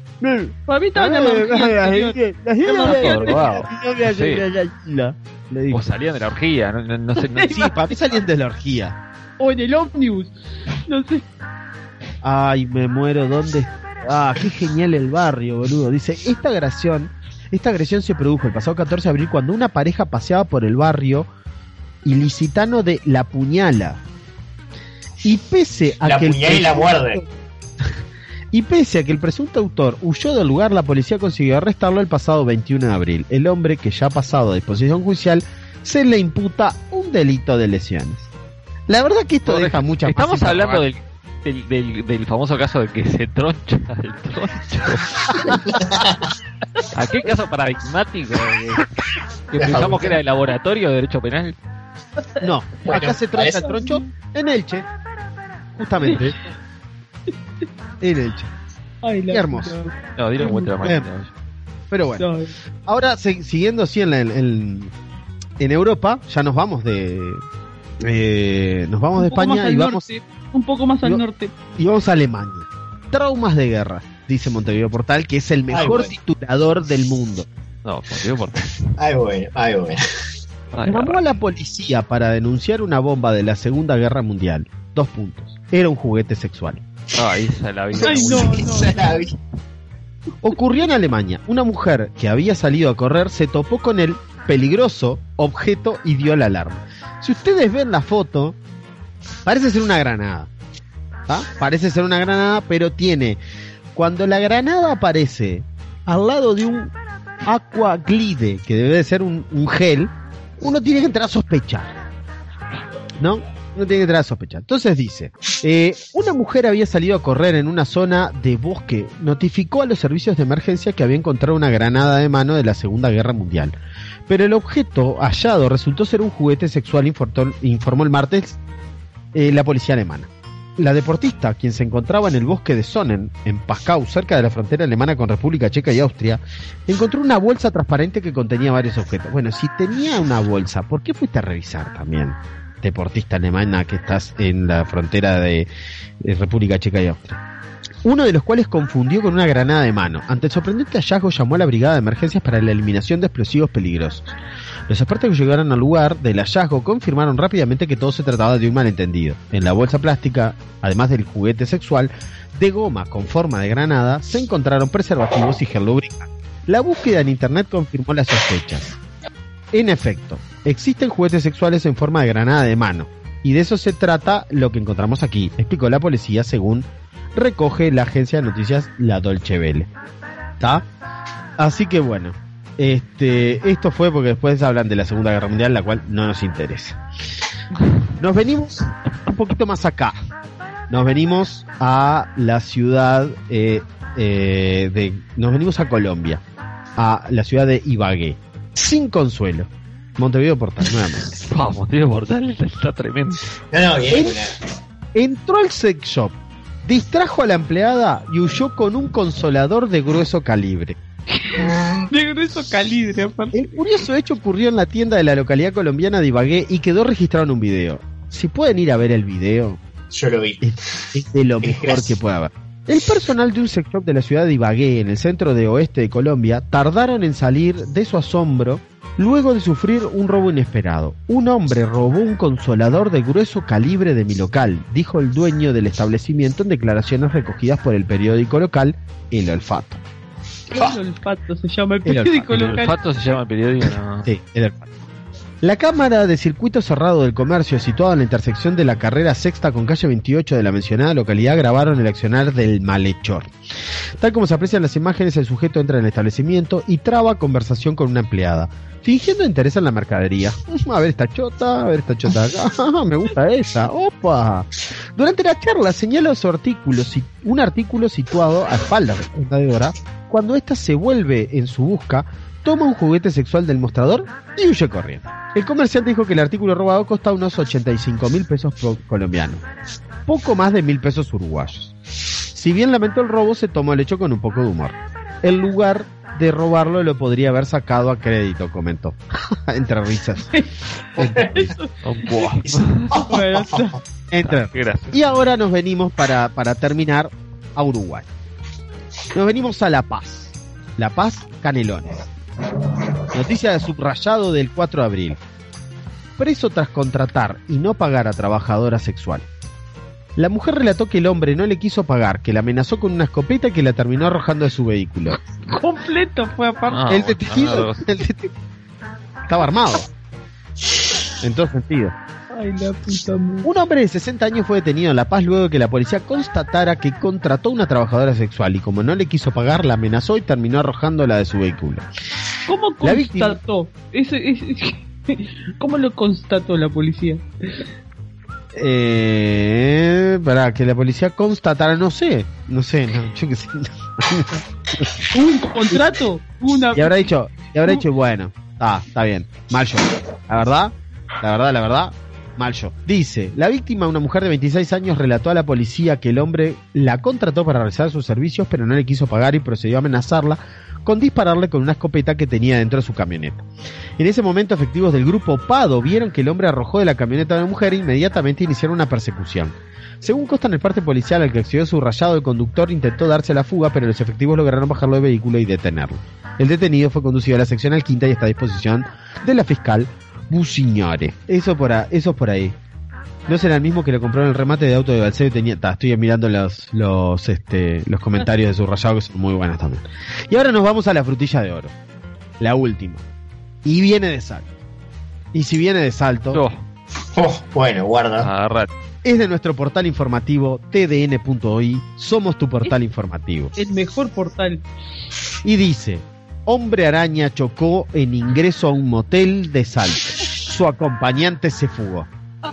E: o salían de la orgía, no sé.
C: Sí, para mí salían de la orgía.
G: O en el ómnibus, no sé.
C: Ay, me muero, ¿dónde? Qué genial el barrio, boludo. Dice, esta agresión se produjo el pasado 14 de abril cuando una pareja paseaba por el barrio ilicitano de La Puñala. Y pese a que
F: la muerde.
C: Y pese a que el presunto autor huyó del lugar, la policía consiguió arrestarlo el pasado 21 de abril. El hombre, que ya ha pasado a disposición judicial, se le imputa un delito de lesiones. La verdad que esto deja muchas...
E: Estamos hablando del famoso caso de que se troncha el troncho. ¿A qué caso paradigmático? Que pensamos que era de laboratorio de derecho penal.
C: No, acá se troncha el troncho en Elche. Justamente. En Elche. Qué hermoso.
E: No, dile vuelta la
C: Pero bueno, ahora siguiendo así en Europa, ya nos vamos de España y vamos
G: un poco más al norte.
C: Y vamos a Alemania. Traumas de guerra, dice Montevideo Portal, que es el mejor titulador del mundo.
E: No, Montevideo Portal.
F: Ay, bueno.
C: Llamó a la policía para denunciar una bomba de la Segunda Guerra Mundial. 2 puntos. Era un juguete sexual.
E: Esa la vi.
C: Ocurrió en Alemania. Una mujer que había salido a correr se topó con el peligroso objeto y dio la alarma. Si ustedes ven la foto, parece ser una granada. Parece ser una granada, pero tiene... Cuando la granada aparece al lado de un aqua glide, que debe de ser un gel, uno tiene que entrar a sospechar, ¿no? Uno tiene que entrar a sospechar. Entonces dice, una mujer había salido a correr en una zona de bosque, notificó a los servicios de emergencia que había encontrado una granada de mano de la Segunda Guerra Mundial. Pero el objeto hallado resultó ser un juguete sexual, informó el martes la policía alemana. La deportista, quien se encontraba en el bosque de Sonnen, en Pascau, cerca de la frontera alemana con República Checa y Austria, encontró una bolsa transparente que contenía varios objetos. Bueno, si tenía una bolsa, ¿por qué fuiste a revisar también, deportista alemana que estás en la frontera de República Checa y Austria? Uno de los cuales confundió con una granada de mano. Ante el sorprendente hallazgo, llamó a la brigada de emergencias para la eliminación de explosivos peligrosos. Los expertos que llegaron al lugar del hallazgo confirmaron rápidamente que todo se trataba de un malentendido. En la bolsa plástica, además del juguete sexual, de goma con forma de granada, se encontraron preservativos y gel lubricante. La búsqueda en internet confirmó las sospechas. En efecto, existen juguetes sexuales en forma de granada de mano, y de eso se trata lo que encontramos aquí, explicó la policía, según recoge la agencia de noticias La Dolce Welle. ¿Está? Así que bueno, esto fue porque después hablan de la Segunda Guerra Mundial, la cual no nos interesa. Nos venimos un poquito más acá. Nos venimos a la ciudad nos venimos a Colombia, a la ciudad de Ibagué. Sin consuelo. Montevideo Portal, nuevamente.
E: Montevideo Portal está tremendo.
F: Bien.
C: Entró al sex shop, distrajo a la empleada y huyó con un consolador de grueso calibre.
G: De grueso calibre, aparte.
C: El curioso hecho ocurrió en la tienda de la localidad colombiana de Ibagué y quedó registrado en un video. Si pueden ir a ver el video,
F: yo lo vi.
C: Es de lo mejor que puede haber. El personal de un sex shop de la ciudad de Ibagué, en el centro de oeste de Colombia, tardaron en salir de su asombro luego de sufrir un robo inesperado. Un hombre robó un consolador de grueso calibre de mi local, dijo el dueño del establecimiento en declaraciones recogidas por el periódico local El Olfato.
G: El olfato se llama el periódico
E: El
G: local.
E: olfato se llama el periódico, no.
C: Sí, el olfato. La cámara de circuito cerrado del comercio, situada en la intersección de la carrera sexta con calle 28 de la mencionada localidad, grabaron el accionar del malhechor. Tal como se aprecian las imágenes, el sujeto entra en el establecimiento y traba conversación con una empleada, fingiendo interés en la mercadería. A ver esta chota acá, me gusta esa, opa. Durante la charla señala su artículo, un artículo situado a espaldas de la vendedora. Cuando ésta se vuelve en su busca, toma un juguete sexual del mostrador y huye corriendo. El comerciante dijo que el artículo robado costa unos 85.000 pesos colombianos, poco más de 1.000 pesos uruguayos. Si bien lamentó el robo, se tomó el hecho con un poco de humor. En lugar de robarlo, lo podría haber sacado a crédito, comentó. Entre risas. Y ahora nos venimos para terminar a Uruguay. Nos venimos a La Paz. La Paz, Canelones. Noticia de subrayado del 4 de abril. Preso tras contratar y no pagar a trabajadora sexual. La mujer relató que el hombre no le quiso pagar, que la amenazó con una escopeta y que la terminó arrojando de su vehículo.
G: Completo fue aparte.
C: El detenido estaba armado. En todo sentido.
G: Ay, la puta madre.
C: Un hombre de 60 años fue detenido en La Paz luego de que la policía constatara que contrató a una trabajadora sexual y como no le quiso pagar, la amenazó y terminó arrojándola de su vehículo.
G: ¿Cómo constató? ¿Cómo lo constató la policía?
C: Para que la policía constatara, no sé, yo qué sé.
G: ¿Un contrato?
C: Y habrá dicho, bueno, está bien, mal yo. La verdad, mal yo. Dice, la víctima, una mujer de 26 años, relató a la policía que el hombre la contrató para realizar sus servicios, pero no le quiso pagar y procedió a amenazarla con dispararle con una escopeta que tenía dentro de su camioneta. En ese momento, efectivos del grupo Pado vieron que el hombre arrojó de la camioneta a la mujer e inmediatamente iniciaron una persecución. Según consta en el parte policial al que accedió subrayado, el conductor intentó darse a la fuga, pero los efectivos lograron bajarlo del vehículo y detenerlo. El detenido fue conducido a la seccional quinta y está a disposición de la fiscal Buciñore. Eso por ahí. No será el mismo que le compró en el remate de auto de Balseo y estoy mirando los comentarios de subrayado, que son muy buenos también. Y ahora nos vamos a la frutilla de oro. La última. Y viene de salto. Y si viene de salto...
F: bueno, guarda.
E: Agarrate.
C: Es de nuestro portal informativo tdn.oi. Somos tu portal informativo.
G: El mejor portal.
C: Y dice: hombre araña chocó en ingreso a un motel de Salto. Su acompañante se fugó.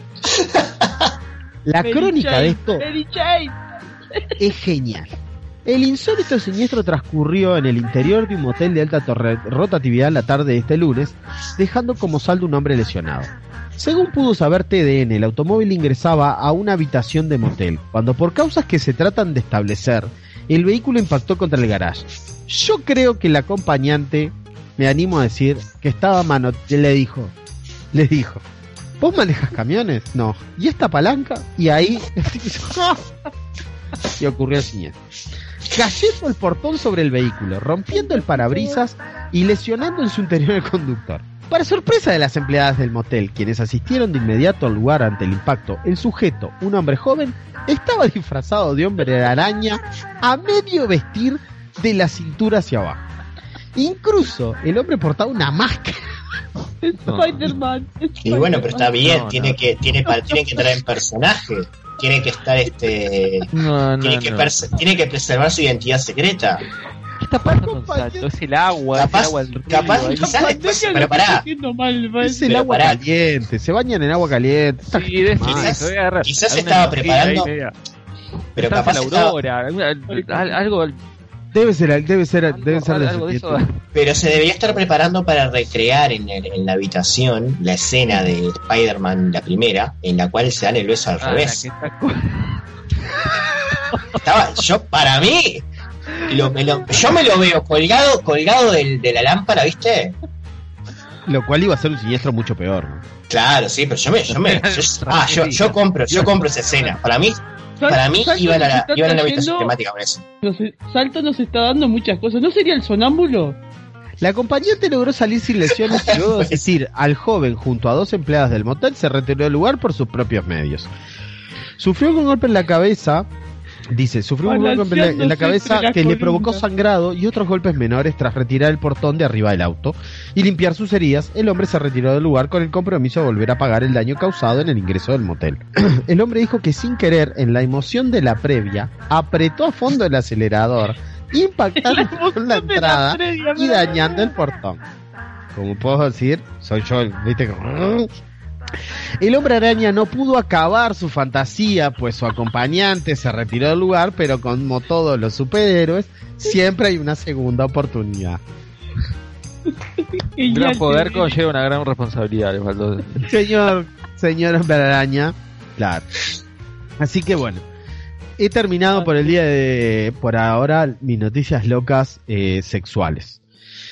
C: La crónica de esto es genial. El insólito siniestro transcurrió en el interior de un motel de alta rotatividad la tarde de este lunes, dejando como saldo un hombre lesionado. Según pudo saber TDN, el automóvil ingresaba a una habitación de motel, cuando por causas que se tratan de establecer, el vehículo impactó contra el garage. Yo creo que el acompañante, me animo a decir, que estaba le dijo, ¿vos manejas camiones? No. ¿Y esta palanca? Y ahí y ocurrió el siniestro. Cayendo el portón sobre el vehículo, rompiendo el parabrisas y lesionando en su interior el conductor. Para sorpresa de las empleadas del motel, quienes asistieron de inmediato al lugar ante el impacto, el sujeto, un hombre joven, estaba disfrazado de hombre araña a medio vestir de la cintura hacia abajo. Incluso el hombre portaba una máscara.
G: Spider-Man.
F: Y bueno, pero está bien, tiene que entrar en personaje. Tiene que estar tiene que preservar su identidad secreta.
E: ¿Qué está pasando en Salto? Es el agua,
F: capaz quizás después, pero pará.
C: Es el agua caliente, se bañan en agua caliente.
E: Sí,
F: quizás se estaba preparando. Pero capaz
E: la aurora, algo.
C: Debe ser algo de
E: eso.
F: Pero se debería estar preparando para recrear en la habitación la escena de Spider-Man, la primera, en la cual se dan el beso al revés. Para mí, yo me lo veo colgado de la lámpara, ¿viste?
C: Lo cual iba a ser un siniestro mucho peor, ¿no?
F: Claro, sí, pero yo compro esa escena. Para mí iban a la habitación temática con eso.
G: Salto nos está dando muchas cosas. ¿No sería el sonámbulo?
C: La acompañante logró salir sin lesiones y luego de asistir al joven junto a dos empleadas del motel, se retiró del lugar por sus propios medios. Sufrió un golpe en la cabeza Dice, sufrió un golpe en la cabeza que le provocó sangrado y otros golpes menores tras retirar el portón de arriba del auto y limpiar sus heridas. El hombre se retiró del lugar con el compromiso de volver a pagar el daño causado en el ingreso del motel. El hombre dijo que sin querer, en la emoción de la previa, apretó a fondo el acelerador, impactando con la entrada y dañando el portón. Como puedo decir, soy yo, ¿viste? El hombre araña no pudo acabar su fantasía, pues su acompañante se retiró del lugar, pero como todos los superhéroes, siempre hay una segunda oportunidad.
E: Un gran poder conlleva una gran responsabilidad,
C: señor hombre araña, claro. Así que bueno, he terminado por el día de, por ahora, mis noticias locas sexuales.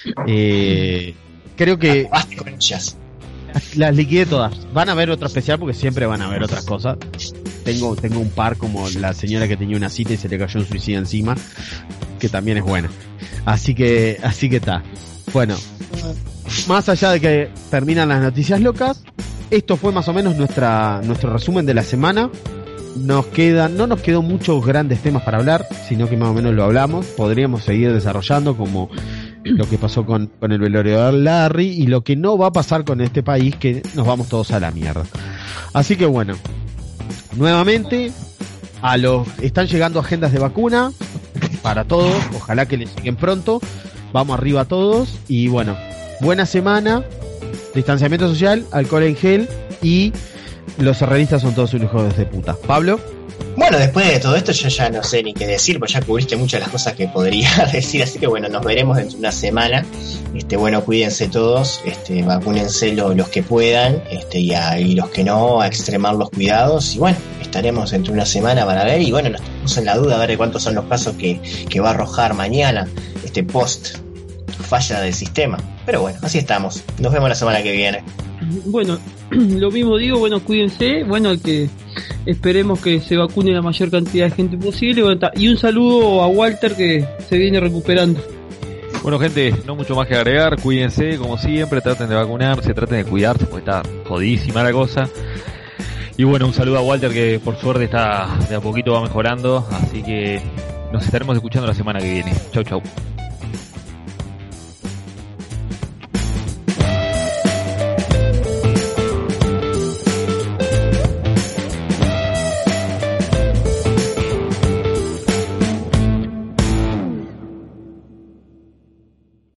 C: Creo que las liquidé todas. Van a haber otro especial porque siempre van a haber otras cosas. Tengo un par como la señora que tenía una cita y se le cayó un suicida encima, que también es buena. Así que está. Bueno, más allá de que terminan las noticias locas, esto fue más o menos nuestro resumen de la semana. No nos quedó muchos grandes temas para hablar, sino que más o menos lo hablamos. Podríamos seguir desarrollando como lo que pasó con el velorio de Larry y lo que no va a pasar con este país, que nos vamos todos a la mierda. Así que bueno, nuevamente están llegando agendas de vacuna para todos, ojalá que les lleguen pronto. Vamos arriba todos y bueno, buena semana, distanciamiento social, alcohol en gel y los herreristas son todos unos hijos de puta. Pablo.
F: Bueno, después de todo esto yo ya no sé ni qué decir, pues ya cubriste muchas de las cosas que podría decir, así que bueno, nos veremos dentro de una semana. Bueno, cuídense todos, vacúnense los que puedan, y los que no, a extremar los cuidados, y bueno, estaremos dentro de una semana para ver, y bueno, nos estamos en la duda a ver de cuántos son los casos que va a arrojar mañana, post falla del sistema. Pero bueno, así estamos. Nos vemos la semana que viene.
G: Bueno, lo mismo digo, bueno, cuídense, bueno, que esperemos que se vacune la mayor cantidad de gente posible, bueno, y un saludo a Walter que se viene recuperando.
E: Bueno, gente, no mucho más que agregar, cuídense como siempre, traten de vacunarse, traten de cuidarse porque está jodidísima la cosa. Y bueno, un saludo a Walter que por suerte está de a poquito va mejorando, así que nos estaremos escuchando la semana que viene. Chau, chau.